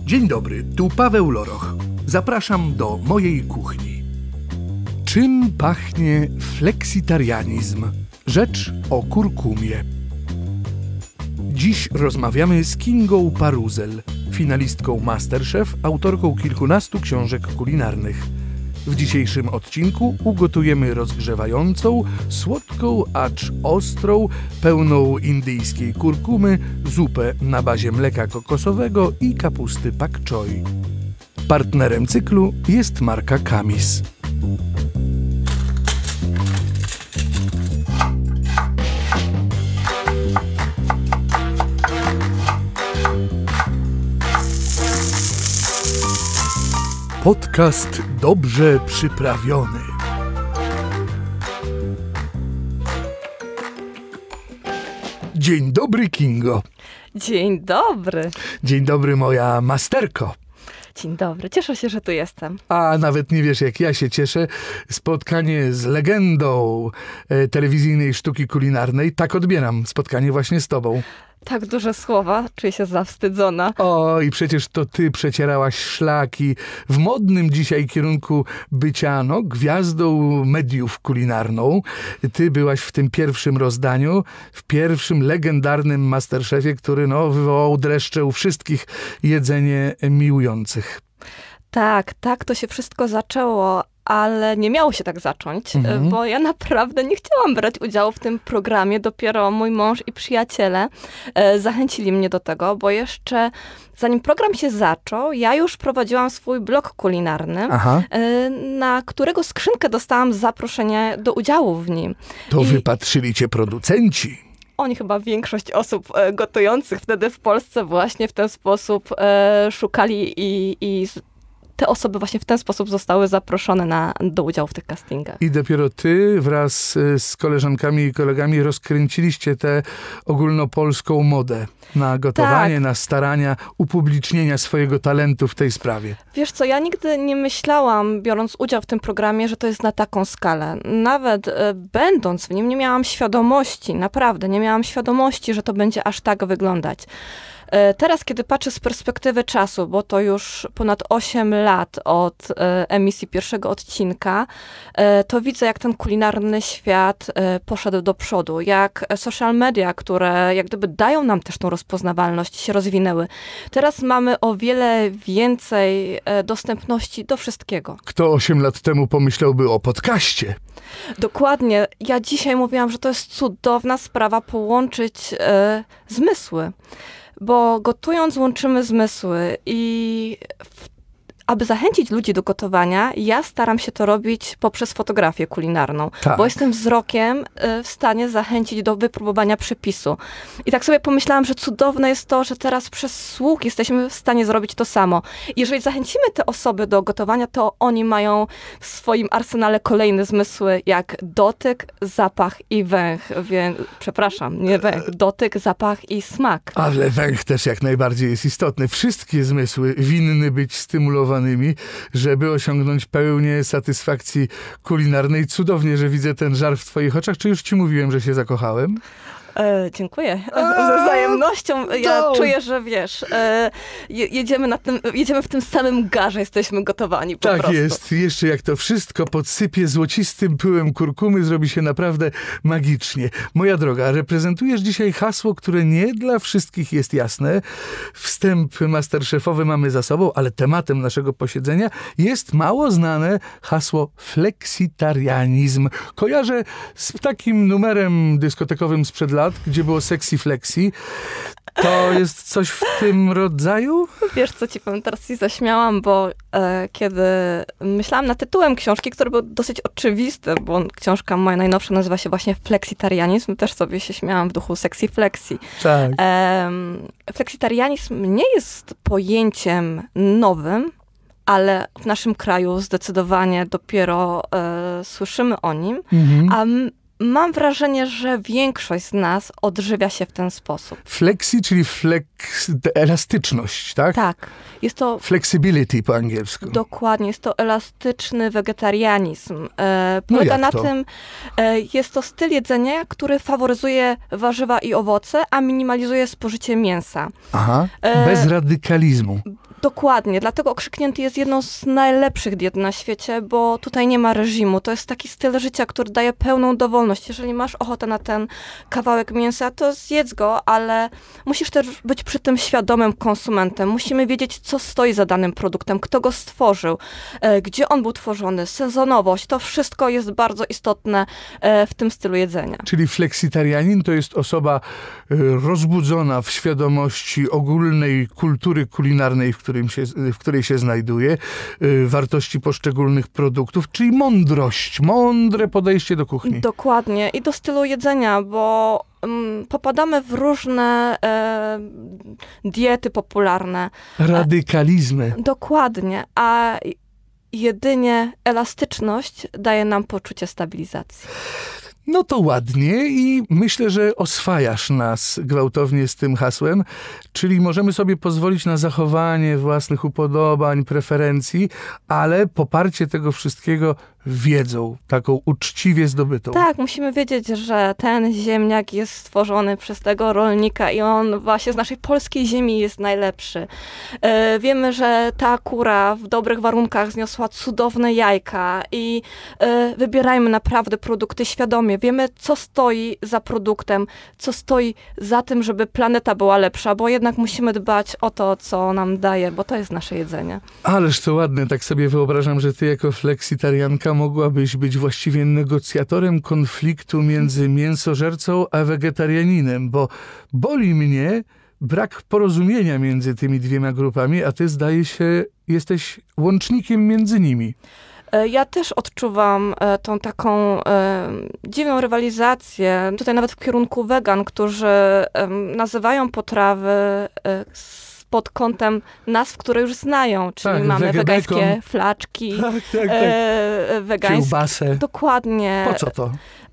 Dzień dobry, tu Paweł Loroch. Zapraszam do mojej kuchni. Czym pachnie fleksitarianizm? Rzecz o kurkumie. Dziś rozmawiamy z Kingą Paruzel, finalistką MasterChef, autorką kilkunastu książek kulinarnych. W dzisiejszym odcinku ugotujemy rozgrzewającą, słodką, acz ostrą, pełną indyjskiej kurkumy zupę na bazie mleka kokosowego i kapusty pak choi. Partnerem cyklu jest marka Kamis. Podcast dobrze przyprawiony. Dzień dobry, Kingo. Dzień dobry. Dzień dobry, moja masterko. Dzień dobry. Cieszę się, że tu jestem. A nawet nie wiesz, jak ja się cieszę. Spotkanie z legendą telewizyjnej sztuki kulinarnej. Tak odbieram spotkanie właśnie z tobą. Tak duże słowa, czuję się zawstydzona. O, i przecież to ty przecierałaś szlaki w modnym dzisiaj kierunku bycia, gwiazdą mediów kulinarną. Ty byłaś w tym pierwszym rozdaniu, w pierwszym legendarnym MasterChefie, który wywołał dreszcze u wszystkich jedzenie miłujących. Tak, to się wszystko zaczęło, ale nie miało się tak zacząć, bo ja naprawdę nie chciałam brać udziału w tym programie. Dopiero mój mąż i przyjaciele zachęcili mnie do tego, bo jeszcze zanim program się zaczął, ja już prowadziłam swój blog kulinarny, na którego skrzynkę dostałam zaproszenie do udziału w nim. To wypatrzyli cię producenci. Oni chyba większość osób gotujących wtedy w Polsce właśnie w ten sposób szukali i te osoby właśnie w ten sposób zostały zaproszone do udziału w tych castingach. I dopiero ty wraz z koleżankami i kolegami rozkręciliście tę ogólnopolską modę na gotowanie, na starania upublicznienia swojego talentu w tej sprawie. Wiesz co, ja nigdy nie myślałam, biorąc udział w tym programie, że to jest na taką skalę. Nawet będąc w nim nie miałam świadomości, naprawdę nie miałam świadomości, że to będzie aż tak wyglądać. Teraz, kiedy patrzę z perspektywy czasu, bo to już ponad 8 lat od emisji pierwszego odcinka, to widzę, jak ten kulinarny świat poszedł do przodu, jak social media, które jak gdyby dają nam też tą rozpoznawalność, się rozwinęły. Teraz mamy o wiele więcej dostępności do wszystkiego. Kto 8 lat temu pomyślałby o podcaście? Dokładnie. Ja dzisiaj mówiłam, że to jest cudowna sprawa połączyć zmysły. Bo gotując łączymy zmysły i aby zachęcić ludzi do gotowania, ja staram się to robić poprzez fotografię kulinarną, bo jestem wzrokiem w stanie zachęcić do wypróbowania przepisu. I tak sobie pomyślałam, że cudowne jest to, że teraz przez słuch jesteśmy w stanie zrobić to samo. Jeżeli zachęcimy te osoby do gotowania, to oni mają w swoim arsenale kolejne zmysły, jak dotyk, zapach i węch. Nie węch, dotyk, zapach i smak. Ale węch też jak najbardziej jest istotny. Wszystkie zmysły winny być stymulowane, żeby osiągnąć pełnię satysfakcji kulinarnej. Cudownie, że widzę ten żar w twoich oczach. Czy już ci mówiłem, że się zakochałem? Dziękuję. Ze wzajemnością. Ja czuję, że wiesz, jedziemy w tym samym garze, jesteśmy gotowani po prostu. Tak jest. Jeszcze jak to wszystko podsypie złocistym pyłem kurkumy, zrobi się naprawdę magicznie. Moja droga, reprezentujesz dzisiaj hasło, które nie dla wszystkich jest jasne. Wstęp masterchefowy mamy za sobą, ale tematem naszego posiedzenia jest mało znane hasło fleksitarianizm. Kojarzę z takim numerem dyskotekowym sprzed lat, gdzie było sexy flexi. To jest coś w tym rodzaju? Wiesz, co ci powiem, teraz się zaśmiałam, bo kiedy myślałam nad tytułem książki, który był dosyć oczywisty, bo książka moja najnowsza nazywa się właśnie Fleksitarianizm, też sobie się śmiałam w duchu sexy flexi. Tak. Fleksitarianizm nie jest pojęciem nowym, ale w naszym kraju zdecydowanie dopiero słyszymy o nim, a mam wrażenie, że większość z nas odżywia się w ten sposób. Flexi, czyli elastyczność, tak? Tak. Jest to... Flexibility po angielsku. Dokładnie. Jest to elastyczny wegetarianizm. Polega na tym, jest to styl jedzenia, który faworyzuje warzywa i owoce, a minimalizuje spożycie mięsa. Aha. Bez radykalizmu. Dokładnie, dlatego Okrzyknięty jest jedną z najlepszych diet na świecie, bo tutaj nie ma reżimu. To jest taki styl życia, który daje pełną dowolność. Jeżeli masz ochotę na ten kawałek mięsa, to zjedz go, ale musisz też być przy tym świadomym konsumentem. Musimy wiedzieć, co stoi za danym produktem, kto go stworzył, gdzie on był tworzony, sezonowość. To wszystko jest bardzo istotne w tym stylu jedzenia. Czyli fleksitarianin to jest osoba rozbudzona w świadomości ogólnej kultury kulinarnej, w której się znajduje, wartości poszczególnych produktów, czyli mądre podejście do kuchni. Dokładnie. I do stylu jedzenia, bo popadamy w różne diety popularne. Radykalizmy. Dokładnie. A jedynie elastyczność daje nam poczucie stabilizacji. No to ładnie i myślę, że oswajasz nas gwałtownie z tym hasłem, czyli możemy sobie pozwolić na zachowanie własnych upodobań, preferencji, ale poparcie tego wszystkiego wiedzą, taką uczciwie zdobytą. Tak, musimy wiedzieć, że ten ziemniak jest stworzony przez tego rolnika i on właśnie z naszej polskiej ziemi jest najlepszy. Wiemy, że ta kura w dobrych warunkach zniosła cudowne jajka i wybierajmy naprawdę produkty świadomie. Wiemy, co stoi za produktem, co stoi za tym, żeby planeta była lepsza, bo jednak musimy dbać o to, co nam daje, bo to jest nasze jedzenie. Ależ to ładne, tak sobie wyobrażam, że ty jako fleksitarianka mogłabyś być właściwie negocjatorem konfliktu między mięsożercą a wegetarianinem, bo boli mnie brak porozumienia między tymi dwiema grupami, a ty, zdaje się, jesteś łącznikiem między nimi. Ja też odczuwam tą taką dziwną rywalizację, tutaj nawet w kierunku wegan, którzy nazywają potrawy pod kątem nazw, które już znają, czyli Tak, mamy wegebekon. wegańskie flaczki, Tak. wegańskie. Kiełbasę. Dokładnie. Po co to?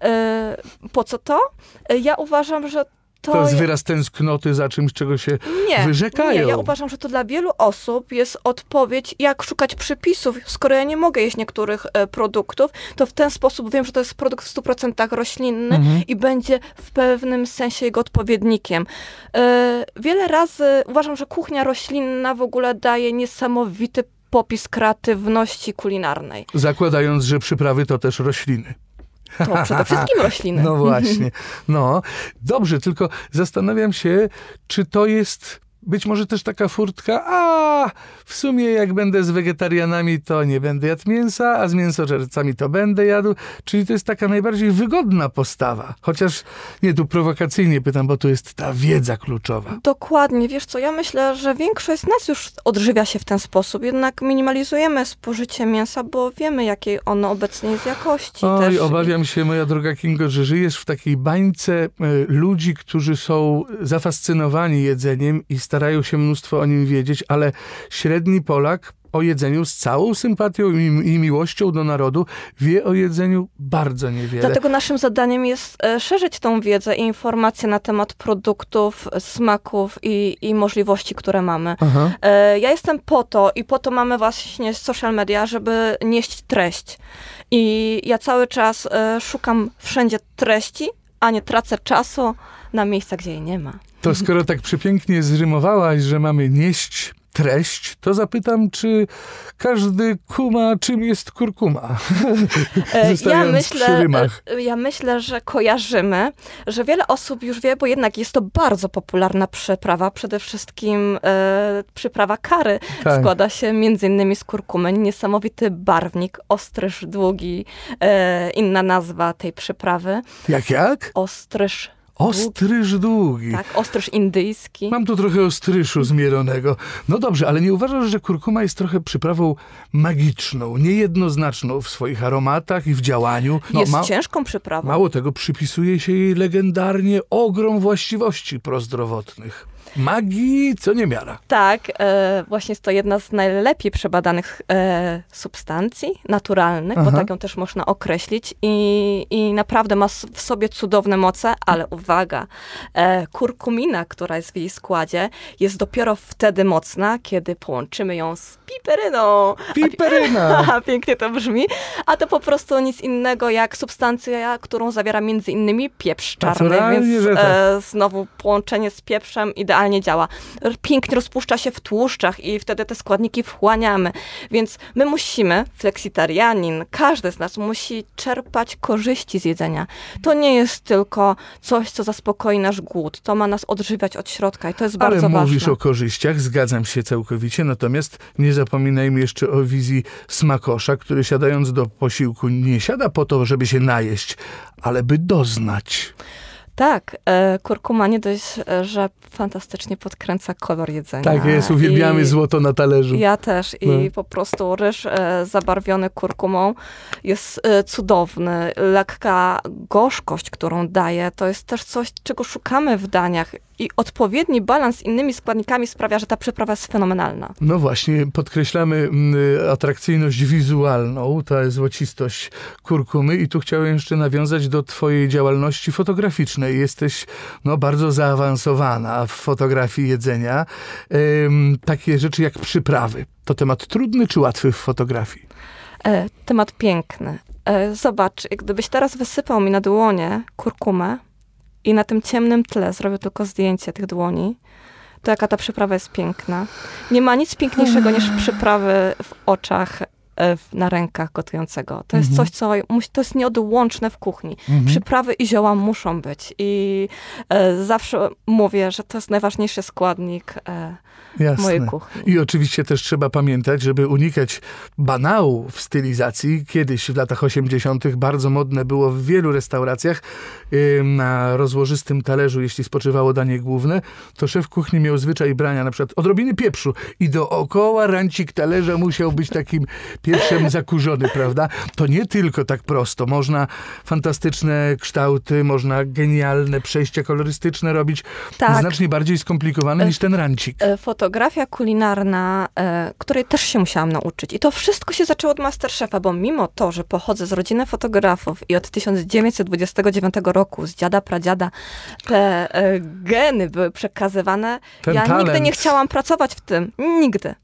Po co to? Ja uważam, że To jest wyraz tęsknoty za czymś, czego się wyrzekają. Nie, ja uważam, że to dla wielu osób jest odpowiedź, jak szukać przepisów. Skoro ja nie mogę jeść niektórych produktów, to w ten sposób wiem, że to jest produkt w 100% roślinny i będzie w pewnym sensie jego odpowiednikiem. Wiele razy uważam, że kuchnia roślinna w ogóle daje niesamowity popis kreatywności kulinarnej. Zakładając, że przyprawy to też rośliny. To przede wszystkim rośliny. No właśnie. No, dobrze, tylko zastanawiam się, czy to jest być może też taka furtka, w sumie jak będę z wegetarianami, to nie będę jadł mięsa, a z mięsożercami to będę jadł. Czyli to jest taka najbardziej wygodna postawa. Chociaż, nie, tu prowokacyjnie pytam, bo tu jest ta wiedza kluczowa. Dokładnie. Wiesz co, ja myślę, że większość z nas już odżywia się w ten sposób. Jednak minimalizujemy spożycie mięsa, bo wiemy, jakiej ono obecnie jest jakości. Oj, też. obawiam się, moja droga Kingo, że żyjesz w takiej bańce ludzi, którzy są zafascynowani jedzeniem i starają się mnóstwo o nim wiedzieć, ale średni Polak o jedzeniu z całą sympatią i miłością do narodu wie o jedzeniu bardzo niewiele. Dlatego naszym zadaniem jest szerzyć tą wiedzę i informacje na temat produktów, smaków i możliwości, które mamy. Aha. Ja jestem po to mamy właśnie social media, żeby nieść treść. I ja cały czas szukam wszędzie treści, a nie tracę czasu na miejsca, gdzie jej nie ma. To skoro tak przepięknie zrymowałaś, że mamy nieść treść, to zapytam, czy każdy kuma, czym jest kurkuma? Zostając przy rymach. Ja myślę, że kojarzymy, że wiele osób już wie, bo jednak jest to bardzo popularna przyprawa. Przede wszystkim przyprawa curry składa się między innymi z kurkumy. Niesamowity barwnik, ostryż długi, inna nazwa tej przyprawy. Jak? Ostryż długi. Tak, ostryż indyjski. Mam tu trochę ostryszu zmielonego. No dobrze, ale nie uważasz, że kurkuma jest trochę przyprawą magiczną, niejednoznaczną w swoich aromatach i w działaniu? Jest ciężką przyprawą. Mało tego, przypisuje się jej legendarnie ogrom właściwości prozdrowotnych. Magii, co niemiara. Tak, właśnie jest to jedna z najlepiej przebadanych substancji naturalnych, bo tak ją też można określić i naprawdę ma w sobie cudowne moce, ale uwaga, kurkumina, która jest w jej składzie, jest dopiero wtedy mocna, kiedy połączymy ją z piperyną. Piperyna! Pięknie to brzmi. A to po prostu nic innego jak substancja, którą zawiera między innymi pieprz czarny, Naturalnie, więc że tak. znowu połączenie z pieprzem idealnie działa. Pięknie rozpuszcza się w tłuszczach i wtedy te składniki wchłaniamy. Więc my musimy, fleksitarianin, każdy z nas musi czerpać korzyści z jedzenia. To nie jest tylko coś, co zaspokoi nasz głód. To ma nas odżywiać od środka i to jest bardzo ważne. Ale mówisz o korzyściach, zgadzam się całkowicie, natomiast nie zapominajmy jeszcze o wizji smakosza, który siadając do posiłku nie siada po to, żeby się najeść, ale by doznać. Tak, kurkuma nie dość, że fantastycznie podkręca kolor jedzenia. Tak jest, uwielbiamy złoto na talerzu. Ja też i po prostu ryż zabarwiony kurkumą jest cudowny. Lekka gorzkość, którą daje, to jest też coś, czego szukamy w daniach. I odpowiedni balans z innymi składnikami sprawia, że ta przyprawa jest fenomenalna. No właśnie, podkreślamy atrakcyjność wizualną, ta złocistość kurkumy i tu chciałem jeszcze nawiązać do twojej działalności fotograficznej. Jesteś bardzo zaawansowana w fotografii jedzenia. Takie rzeczy jak przyprawy. To temat trudny czy łatwy w fotografii? Temat piękny. Zobacz, gdybyś teraz wysypał mi na dłonie kurkumę, i na tym ciemnym tle zrobię tylko zdjęcie tych dłoni, to jaka ta przyprawa jest piękna. Nie ma nic piękniejszego niż przyprawy w oczach, na rękach gotującego. To jest coś, to jest nieodłączne w kuchni. Przyprawy i zioła muszą być. I zawsze mówię, że to jest najważniejszy składnik mojej kuchni. I oczywiście też trzeba pamiętać, żeby unikać banału w stylizacji. Kiedyś w latach 80. bardzo modne było w wielu restauracjach na rozłożystym talerzu, jeśli spoczywało danie główne, to szef kuchni miał zwyczaj brania na przykład odrobiny pieprzu i dookoła rancik talerza musiał być takim pieprzem zakurzony, prawda? To nie tylko tak prosto. Można fantastyczne kształty, można genialne przejścia kolorystyczne robić. Tak. Znacznie bardziej skomplikowane niż ten rancik. Fotografia kulinarna, której też się musiałam nauczyć. I to wszystko się zaczęło od MasterChefa, bo mimo to, że pochodzę z rodziny fotografów i od 1929 roku z dziada, pradziada te geny były przekazywane, ja talent. nigdy nie chciałam pracować w tym. Nigdy.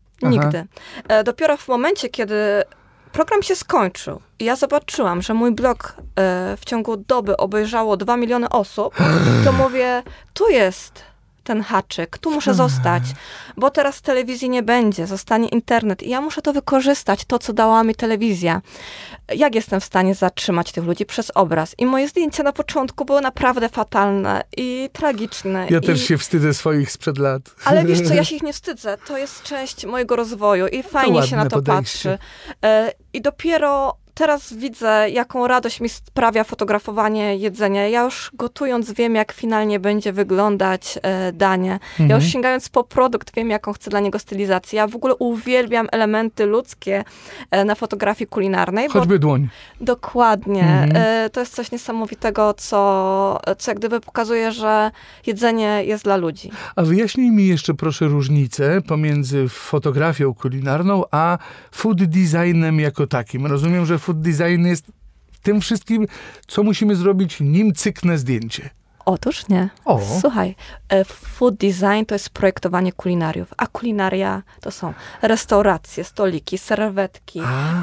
Dopiero w momencie, kiedy program się skończył i ja zobaczyłam, że mój blog w ciągu doby obejrzało 2 miliony osób, to mówię, tu jest ten haczyk, tu muszę zostać, bo teraz telewizji nie będzie, zostanie internet i ja muszę to wykorzystać, to co dała mi telewizja. Jak jestem w stanie zatrzymać tych ludzi przez obraz? I moje zdjęcia na początku były naprawdę fatalne i tragiczne. Ja też się wstydzę swoich sprzed lat. Ale wiesz co, ja się ich nie wstydzę. To jest część mojego rozwoju i fajnie się na to patrzy. I dopiero teraz widzę, jaką radość mi sprawia fotografowanie jedzenia. Ja już gotując wiem, jak finalnie będzie wyglądać danie. Ja już sięgając po produkt wiem, jaką chcę dla niego stylizację. Ja w ogóle uwielbiam elementy ludzkie na fotografii kulinarnej. Choćby dłoń. Dokładnie. To jest coś niesamowitego, co jak gdyby pokazuje, że jedzenie jest dla ludzi. A wyjaśnij mi jeszcze proszę różnicę pomiędzy fotografią kulinarną a food designem jako takim. Rozumiem, że food design jest tym wszystkim, co musimy zrobić, nim cyknę zdjęcie. Otóż nie. Słuchaj, food design to jest projektowanie kulinariów, a kulinaria to są restauracje, stoliki, serwetki,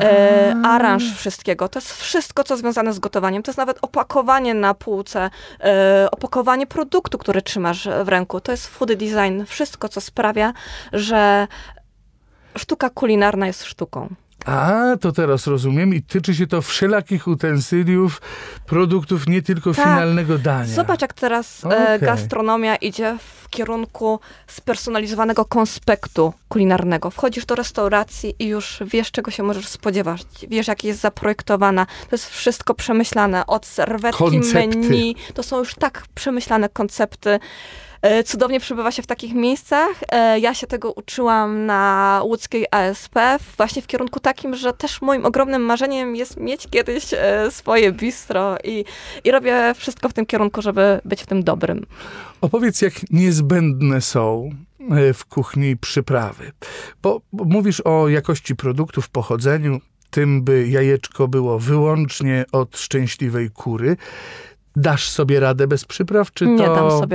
aranż wszystkiego. To jest wszystko, co związane z gotowaniem. To jest nawet opakowanie na półce, opakowanie produktu, który trzymasz w ręku. To jest food design. Wszystko, co sprawia, że sztuka kulinarna jest sztuką. A, to teraz rozumiem i tyczy się to wszelakich utensyliów, produktów, nie tylko finalnego dania. Zobacz, jak teraz gastronomia idzie w kierunku spersonalizowanego konspektu kulinarnego. Wchodzisz do restauracji i już wiesz, czego się możesz spodziewać. Wiesz, jak jest zaprojektowana. To jest wszystko przemyślane. Od serwetki, menu. To są już tak przemyślane koncepty. Cudownie przebywa się w takich miejscach. Ja się tego uczyłam na łódzkiej ASP właśnie w kierunku takim, że też moim ogromnym marzeniem jest mieć kiedyś swoje bistro i robię wszystko w tym kierunku, żeby być w tym dobrym. Opowiedz, jak niezbędne są w kuchni przyprawy. Bo mówisz o jakości produktów, pochodzeniu, tym, by jajeczko było wyłącznie od szczęśliwej kury. Dasz sobie radę bez przypraw, czy Nie to... dam sobie rady.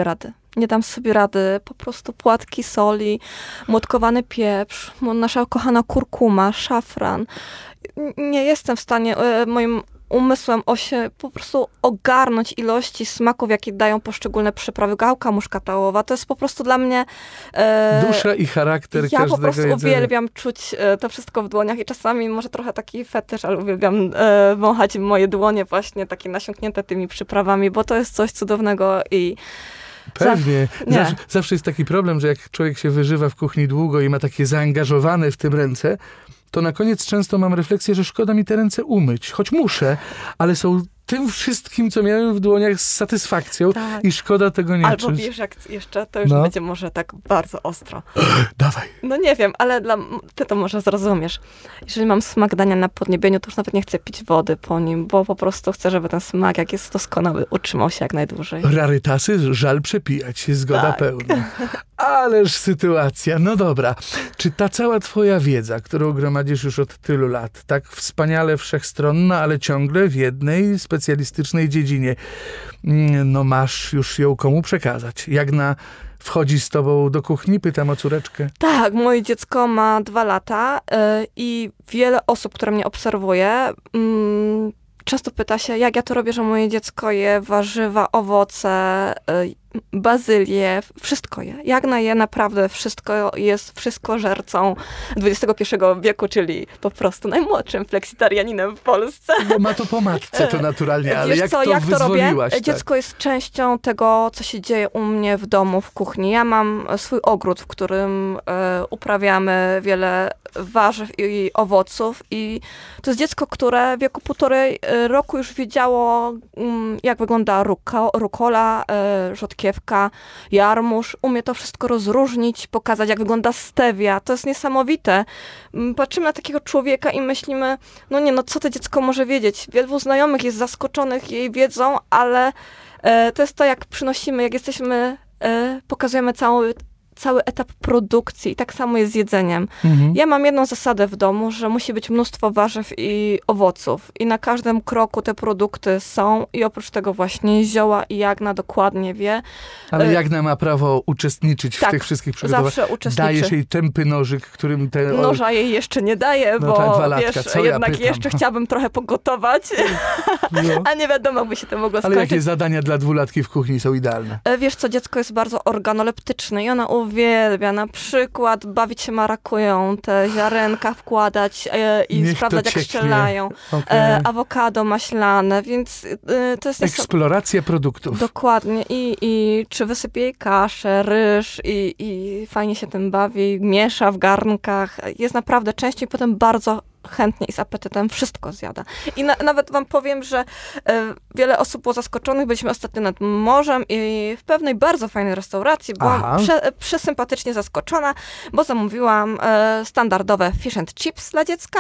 Nie dam sobie rady. Po prostu płatki soli, młotkowany pieprz, nasza kochana kurkuma, szafran. Nie jestem w stanie moim umysłem po prostu ogarnąć ilości smaków, jakie dają poszczególne przyprawy. Gałka muszkatałowa, to jest po prostu dla mnie... Dusza i charakter ja każdego po prostu jedzenia. uwielbiam czuć to wszystko w dłoniach i czasami może trochę taki fetysz, ale uwielbiam wąchać moje dłonie właśnie takie nasiąknięte tymi przyprawami, bo to jest coś cudownego i Pewnie. Nie. Zawsze jest taki problem, że jak człowiek się wyżywa w kuchni długo i ma takie zaangażowane w tym ręce, to na koniec często mam refleksję, że szkoda mi te ręce umyć. Choć muszę, ale są tym wszystkim, co miałem w dłoniach z satysfakcją Tak. i szkoda tego nie albo czuć. wiesz, jak jeszcze, to już No. będzie może tak bardzo ostro. Dawaj. No nie wiem, ale ty to może zrozumiesz. Jeżeli mam smak dania na podniebieniu, to już nawet nie chcę pić wody po nim, bo po prostu chcę, żeby ten smak, jak jest doskonały, utrzymał się jak najdłużej. Rarytasy, żal przepijać, jest zgoda Tak. pełna. Ależ sytuacja. No dobra. Czy ta cała twoja wiedza, którą gromadzisz już od tylu lat, tak wspaniale wszechstronna, ale ciągle w jednej specjalistycznej dziedzinie, no masz już ją komu przekazać? Jagna wchodzi z tobą do kuchni? Pytam o córeczkę. Tak, moje dziecko ma 2 lata i wiele osób, które mnie obserwuje, często pyta się, jak ja to robię, że moje dziecko je warzywa, owoce, bazylię, wszystko je. Jagna je naprawdę wszystko, jest wszystkożercą XXI wieku, czyli po prostu najmłodszym fleksitarianinem w Polsce. Bo ma to po matce, to naturalnie, ale Wiesz jak co, to jak to robię? wyzwoliłaś? Tak? Dziecko jest częścią tego, co się dzieje u mnie w domu, w kuchni. Ja mam swój ogród, w którym uprawiamy wiele warzyw i owoców i to jest dziecko, które w wieku 1,5 roku już wiedziało, jak wygląda rukola, rzodkiewka, jarmuż. Umie to wszystko rozróżnić, pokazać, jak wygląda stevia. To jest niesamowite. Patrzymy na takiego człowieka i myślimy, no nie, no co to dziecko może wiedzieć? Wielu znajomych jest zaskoczonych jej wiedzą, ale to jest to, jak przynosimy, jak jesteśmy, pokazujemy cały etap produkcji i tak samo jest z jedzeniem. Ja mam jedną zasadę w domu, że musi być mnóstwo warzyw i owoców i na każdym kroku te produkty są i oprócz tego właśnie zioła i Jagna dokładnie wie. Ale Jagna ma prawo uczestniczyć w Tak, tych wszystkich przygotowaniach. zawsze uczestniczy. Dajesz jej tępy nożyk, którym te... Noża jej jeszcze nie daję, No bo tak, 2 latka, wiesz, co ja jednak pytam? jeszcze chciałabym trochę pogotować, No. a nie wiadomo, by się to mogło Ale skończyć. jakie zadania dla 2-latki w kuchni są idealne? Wiesz co, dziecko jest bardzo organoleptyczne i ona uwielbia na przykład bawić się marakują, te ziarenka wkładać i Niech to sprawdzać, jak cieknie. strzelają. Okay. Awokado maślane, więc to jest Eksploracja produktów. dokładnie. I czy wysypie jej kaszę, ryż i fajnie się tym bawi, miesza w garnkach. Jest naprawdę częściej potem bardzo chętnie i z apetytem wszystko zjada. I nawet wam powiem, że wiele osób było zaskoczonych. Byliśmy ostatnio nad morzem i w pewnej bardzo fajnej restauracji byłam przesympatycznie zaskoczona, bo zamówiłam standardowe fish and chips dla dziecka.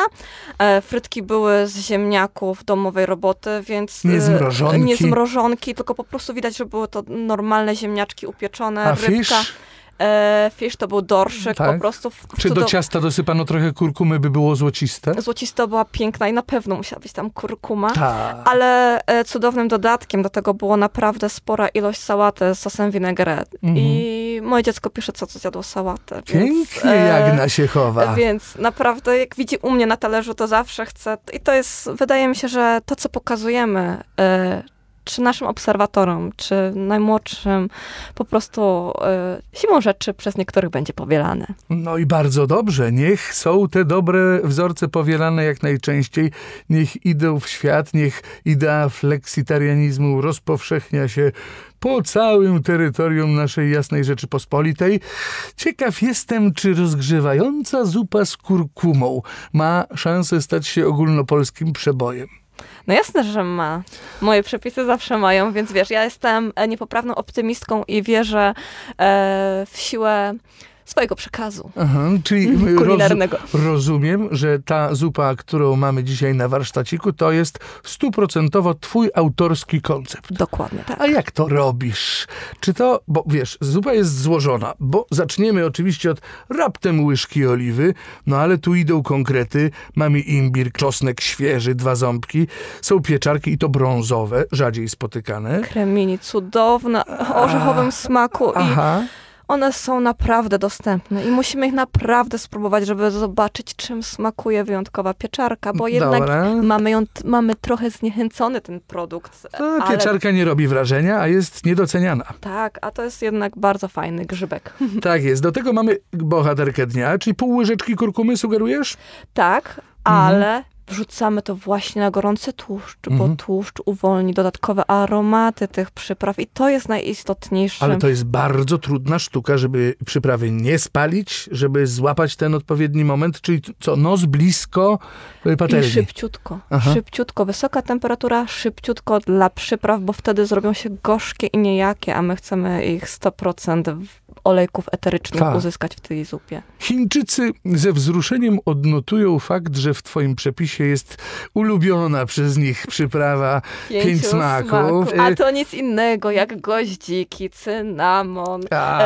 Frytki były z ziemniaków domowej roboty, więc nie z mrożonki, tylko po prostu widać, że były to normalne ziemniaczki upieczone. A rybka. fish? Fish to był dorszyk, tak? po prostu. Czy do ciasta dosypano trochę kurkumy, by było złociste? Złocista była piękna i na pewno musiała być tam kurkuma. Tak. Ale cudownym dodatkiem do tego było naprawdę spora ilość sałaty z sosem vinaigrette. I moje dziecko pisze, co zjadło sałatę. Pięknie Jagna się chowa. Więc naprawdę, jak widzi u mnie na talerzu, to zawsze chce. I to jest, wydaje mi się, że to, co pokazujemy, czy naszym obserwatorom, czy najmłodszym, po prostu siłą rzeczy przez niektórych będzie powielane. No i bardzo dobrze. Niech są te dobre wzorce powielane jak najczęściej. Niech idą w świat, niech idea fleksitarianizmu rozpowszechnia się po całym terytorium naszej Jasnej Rzeczypospolitej. Ciekaw jestem, czy rozgrzewająca zupa z kurkumą ma szansę stać się ogólnopolskim przebojem. No jasne, że ma. Moje przepisy zawsze mają, więc wiesz, ja jestem niepoprawną optymistką i wierzę w siłę swojego przekazu Aha, czyli kulinarnego. rozumiem, że ta zupa, którą mamy dzisiaj na warsztaciku, to jest 100% twój autorski koncept. Dokładnie tak. A jak to robisz? Czy to, bo wiesz, zupa jest złożona, bo zaczniemy oczywiście od raptem łyżki oliwy, no ale tu idą konkrety. Mamy imbir, czosnek świeży, 2 ząbki, są pieczarki i to brązowe, rzadziej spotykane. Kremini cudowne, o orzechowym smaku i Aha. one są naprawdę dostępne i musimy ich naprawdę spróbować, żeby zobaczyć, czym smakuje wyjątkowa pieczarka, bo jednak Dobra. mamy trochę zniechęcony ten produkt. To pieczarka nie robi wrażenia, a jest niedoceniana. Tak, a to jest jednak bardzo fajny grzybek. Tak jest. Do tego mamy bohaterkę dnia, czyli pół łyżeczki kurkumy sugerujesz? Tak, ale wrzucamy to właśnie na gorący tłuszcz, bo tłuszcz uwolni dodatkowe aromaty tych przypraw i to jest najistotniejsze. Ale to jest bardzo trudna sztuka, żeby przyprawy nie spalić, żeby złapać ten odpowiedni moment, czyli co, nos blisko patelni. I szybciutko, Aha. szybciutko, wysoka temperatura, szybciutko dla przypraw, bo wtedy zrobią się gorzkie i niejakie, a my chcemy ich 100% olejków eterycznych Tak. uzyskać w tej zupie. Chińczycy ze wzruszeniem odnotują fakt, że w twoim przepisie jest ulubiona przez nich przyprawa 5 smaków. A to nic innego jak goździki, cynamon,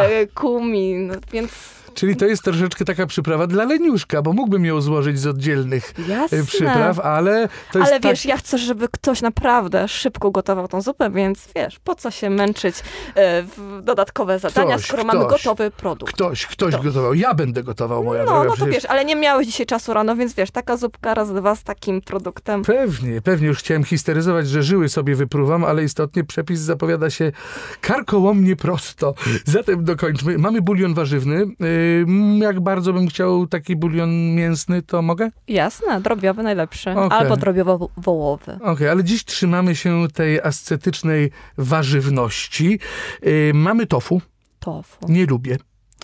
kumin, więc Czyli to jest troszeczkę taka przyprawa dla leniuszka, bo mógłbym ją złożyć z oddzielnych jasne. przypraw, ale to jest Ale tak... wiesz, ja chcę, żeby ktoś naprawdę szybko gotował tą zupę, więc wiesz, po co się męczyć w dodatkowe zadania, skoro mamy gotowy produkt. Ktoś gotował. Ja będę gotował, moja droga. No to przecież... wiesz, ale nie miałeś dzisiaj czasu rano, więc wiesz, taka zupka raz, dwa z takim produktem. Pewnie. Już chciałem histeryzować, że żyły sobie wypruwam, ale istotnie przepis zapowiada się karkołomnie prosto. Zatem dokończmy. Mamy bulion warzywny. Jak bardzo bym chciał taki bulion mięsny, to mogę? Jasne, drobiowy najlepszy. Okej. Albo drobiowo-wołowy. Okej, ale dziś trzymamy się tej ascetycznej warzywności. Mamy tofu. Tofu. Nie lubię.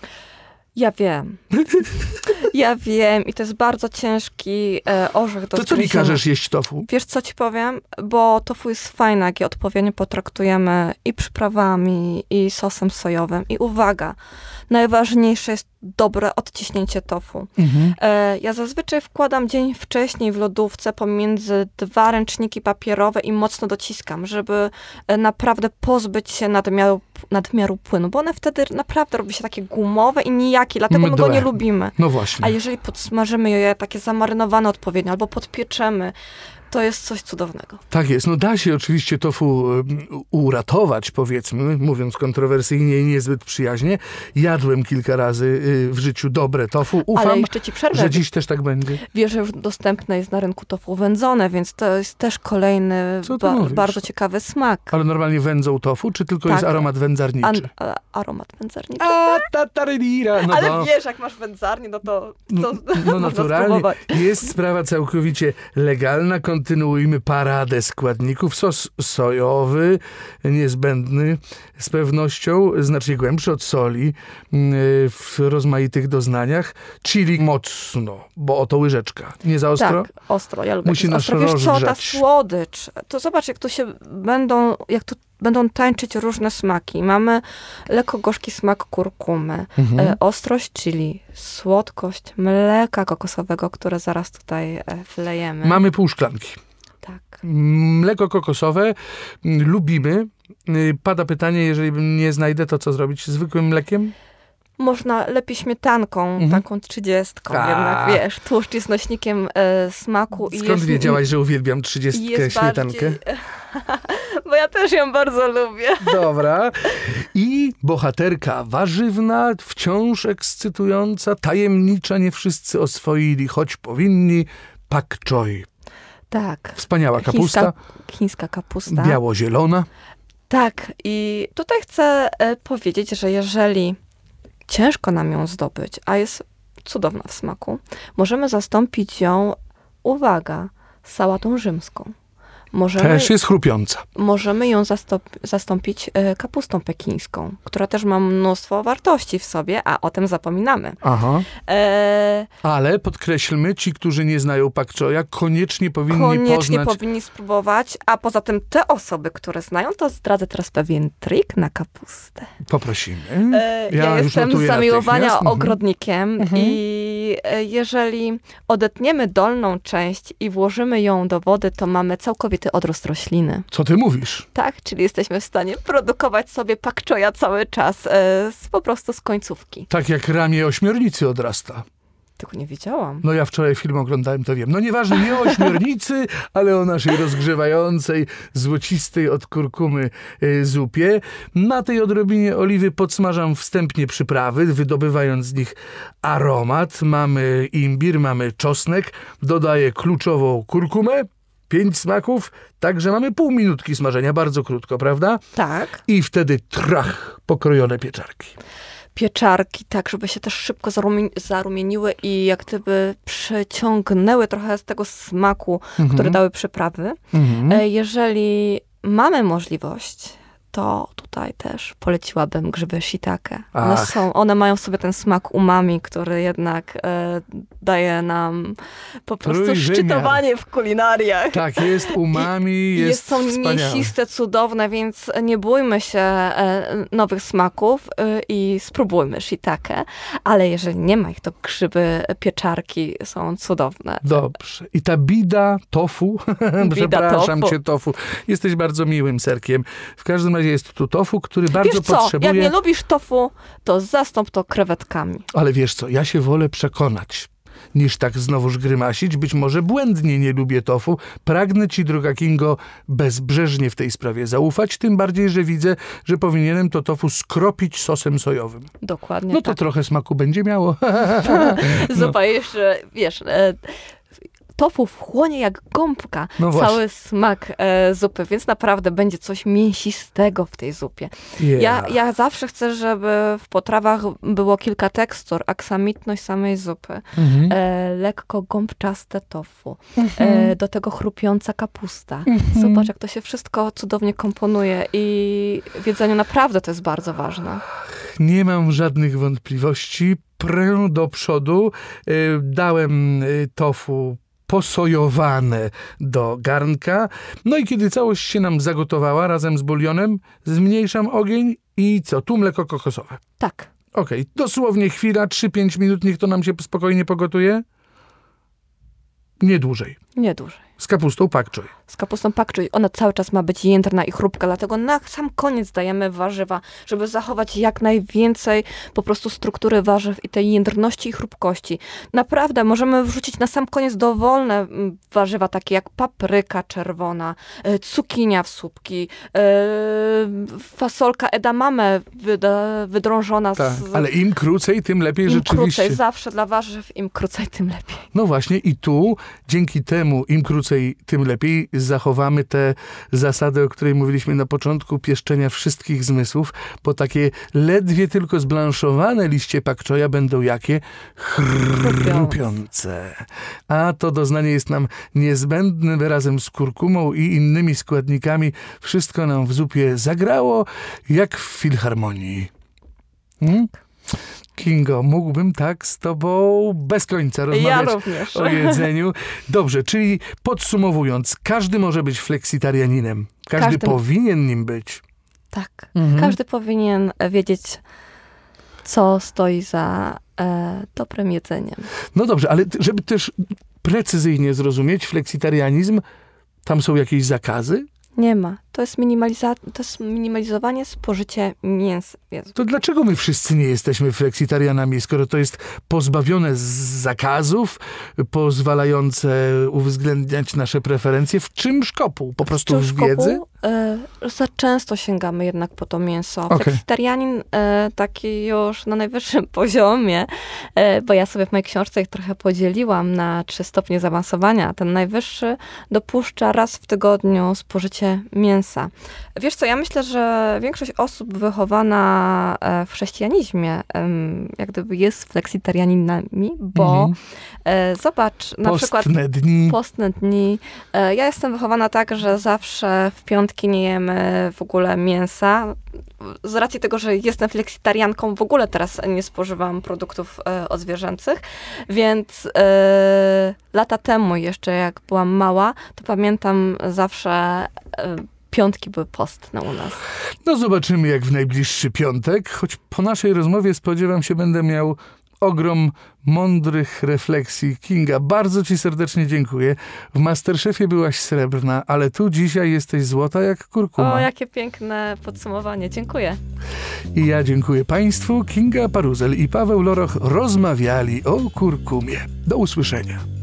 Ja wiem. Ja wiem i to jest bardzo ciężki orzech do To co mi zgryzienia. każesz jeść tofu? Wiesz, co ci powiem? Bo tofu jest fajne, jak je odpowiednio potraktujemy i przyprawami, i sosem sojowym. I uwaga, najważniejsze jest dobre odciśnięcie tofu. Ja zazwyczaj wkładam dzień wcześniej w lodówce pomiędzy 2 ręczniki papierowe i mocno dociskam, żeby naprawdę pozbyć się nadmiaru płynu, bo one wtedy naprawdę robi się takie gumowe i nijakie, dlatego my go Mdłe. nie lubimy. No właśnie. A jeżeli podsmażymy je takie zamarynowane odpowiednio albo podpieczemy, to jest coś cudownego. Tak jest. No da się oczywiście tofu uratować, powiedzmy, mówiąc kontrowersyjnie i niezbyt przyjaźnie. Jadłem kilka razy w życiu dobre tofu. Ufam, Ale jeszcze ci przerwę. że dziś też tak będzie. Wiesz, że już dostępne jest na rynku tofu wędzone, więc to jest też kolejny Co ty mówisz? bardzo ciekawy smak. Ale normalnie wędzą tofu, czy tylko Tak. jest aromat wędzarniczy? Aromat wędzarniczy. A, tatarira. No Ale to, wiesz, jak masz wędzarnię, no to no można naturalnie. spróbować. Jest sprawa całkowicie legalna. Kontynuujmy paradę składników. Sos sojowy, niezbędny z pewnością, znacznie głębszy od soli w rozmaitych doznaniach. Chili mocno, bo oto łyżeczka. Nie za ostro? Tak, ostro. Ja lubię Musi jak nas jest ostro. Wiesz co, ta rozgrzać. słodycz, to zobacz, jak tu będą tańczyć różne smaki. Mamy lekko gorzki smak kurkumy, ostrość chili, słodkość mleka kokosowego, które zaraz tutaj wlejemy. Mamy pół szklanki. Tak. Mleko kokosowe lubimy. Pada pytanie, jeżeli nie znajdę, to co zrobić? Zwykłym mlekiem? Można lepiej śmietanką, taką 30, jednak wiesz, tłuszcz jest nośnikiem smaku. Skąd wiedziałaś, że uwielbiam 30 śmietankę? Bo ja też ją bardzo lubię. Dobra. I bohaterka warzywna, wciąż ekscytująca, tajemnicza, nie wszyscy oswoili, choć powinni, pak choi. Tak. Wspaniała kapusta. Chińska kapusta. Biało-zielona. Tak. I tutaj chcę powiedzieć, że jeżeli ciężko nam ją zdobyć, a jest cudowna w smaku, możemy zastąpić ją, uwaga, sałatą rzymską. Też jest chrupiąca. Możemy ją zastąpić kapustą pekińską, która też ma mnóstwo wartości w sobie, a o tym zapominamy. Aha. Ale podkreślmy, ci, którzy nie znają pak choya, koniecznie powinni powinni spróbować, a poza tym te osoby, które znają, to zdradzę teraz pewien trik na kapustę. Poprosimy. Ja już jestem notuję z zamiłowania natychmiast. ogrodnikiem i jeżeli odetniemy dolną część i włożymy ją do wody, to mamy całkowity odrost rośliny. Co ty mówisz? Tak, czyli jesteśmy w stanie produkować sobie pak choya cały czas, po prostu z końcówki. Tak jak ramię ośmiornicy odrasta. Tego nie wiedziałam. No ja wczoraj film oglądałem, to wiem. No nieważne, nie o ośmiornicy, ale o naszej rozgrzewającej, złocistej od kurkumy zupie. Na tej odrobinie oliwy podsmażam wstępnie przyprawy, wydobywając z nich aromat. Mamy imbir, mamy czosnek, dodaję kluczową kurkumę, 5 smaków, także mamy pół minutki smażenia, bardzo krótko, prawda? Tak. I wtedy trach, pokrojone pieczarki. Pieczarki, tak, żeby się też szybko zarumieniły i jak gdyby przeciągnęły trochę z tego smaku, który dały przyprawy. Jeżeli mamy możliwość, to tutaj też poleciłabym grzyby shiitake. One mają w sobie ten smak umami, który jednak daje nam po prostu szczytowanie w kulinariach. Tak, jest umami, jest Są wspaniałe. mięsiste, cudowne, więc nie bójmy się nowych smaków i spróbujmy shiitake, ale jeżeli nie ma ich, to grzyby, pieczarki są cudowne. Dobrze. I ta bida tofu, przepraszam cię tofu, jesteś bardzo miłym serkiem. W każdym razie jest tu tofu, który bardzo wiesz co, potrzebuje... jak nie lubisz tofu, to zastąp to krewetkami. Ale wiesz co, ja się wolę przekonać, niż tak znowuż grymasić. Być może błędnie nie lubię tofu. Pragnę ci, droga Kingo, bezbrzeżnie w tej sprawie zaufać, tym bardziej, że widzę, że powinienem to tofu skropić sosem sojowym. Dokładnie No to tak. trochę smaku będzie miało. Zupa jeszcze, wiesz... Tofu wchłonie jak gąbka cały smak zupy, więc naprawdę będzie coś mięsistego w tej zupie. Ja zawsze chcę, żeby w potrawach było kilka tekstur, aksamitność samej zupy, lekko gąbczaste tofu, do tego chrupiąca kapusta. Zobacz, jak to się wszystko cudownie komponuje i w jedzeniu naprawdę to jest bardzo ważne. Nie mam żadnych wątpliwości. Prę do przodu. Dałem tofu posojowane do garnka. No i kiedy całość się nam zagotowała razem z bulionem, zmniejszam ogień i co? Tu mleko kokosowe. Tak. Okej, dosłownie chwila, 3-5 minut, niech to nam się spokojnie pogotuje. Nie dłużej. Nie dłużej. Z kapustą pak choi. Z kapustą pak choi. Ona cały czas ma być jędrna i chrupka, dlatego na sam koniec dajemy warzywa, żeby zachować jak najwięcej po prostu struktury warzyw i tej jędrności i chrupkości. Naprawdę możemy wrzucić na sam koniec dowolne warzywa, takie jak papryka czerwona, cukinia w słupki, fasolka edamame wydrążona. Tak, ale im krócej, tym lepiej rzeczywiście. Im krócej, zawsze dla warzyw, im krócej, tym lepiej. No właśnie i tu, dzięki temu im krócej, tym lepiej, zachowamy tę zasadę, o której mówiliśmy na początku, pieszczenia wszystkich zmysłów, bo takie ledwie tylko zblanszowane liście pak choya będą jakie? Chrupiące. A to doznanie jest nam niezbędne, by razem z kurkumą i innymi składnikami wszystko nam w zupie zagrało, jak w filharmonii. Kingo, mógłbym tak z tobą bez końca rozmawiać o jedzeniu. Dobrze, czyli podsumowując, każdy może być fleksitarianinem. Każdy powinien nim być. Tak. Każdy powinien wiedzieć, co stoi za dobrym jedzeniem. No dobrze, ale żeby też precyzyjnie zrozumieć fleksitarianizm, tam są jakieś zakazy? Nie ma. To jest minimalizowanie spożycia mięsa. To dlaczego my wszyscy nie jesteśmy fleksitarianami, skoro to jest pozbawione z zakazów, pozwalające uwzględniać nasze preferencje? W czym szkopu? Po prostu w wiedzy? Za często sięgamy jednak po to mięso. Fleksitarianin taki już na najwyższym poziomie, bo ja sobie w mojej książce ich trochę podzieliłam na 3 stopnie zaawansowania. Ten najwyższy dopuszcza raz w tygodniu spożycie mięsa mięsa. Wiesz co, ja myślę, że większość osób wychowana w chrześcijanizmie jak gdyby jest fleksitarianinami, bo zobacz, na przykład postne dni. Ja jestem wychowana tak, że zawsze w piątki nie jemy w ogóle mięsa. Z racji tego, że jestem fleksitarianką, w ogóle teraz nie spożywam produktów odzwierzęcych, więc lata temu jeszcze, jak byłam mała, to pamiętam zawsze piątki były postne u nas. No zobaczymy jak w najbliższy piątek, choć po naszej rozmowie spodziewam się, będę miał ogrom mądrych refleksji. Kinga, bardzo ci serdecznie dziękuję. W MasterChefie byłaś srebrna, ale tu dzisiaj jesteś złota jak kurkuma. O, jakie piękne podsumowanie. Dziękuję. I ja dziękuję Państwu. Kinga Paruzel i Paweł Loroch rozmawiali o kurkumie. Do usłyszenia.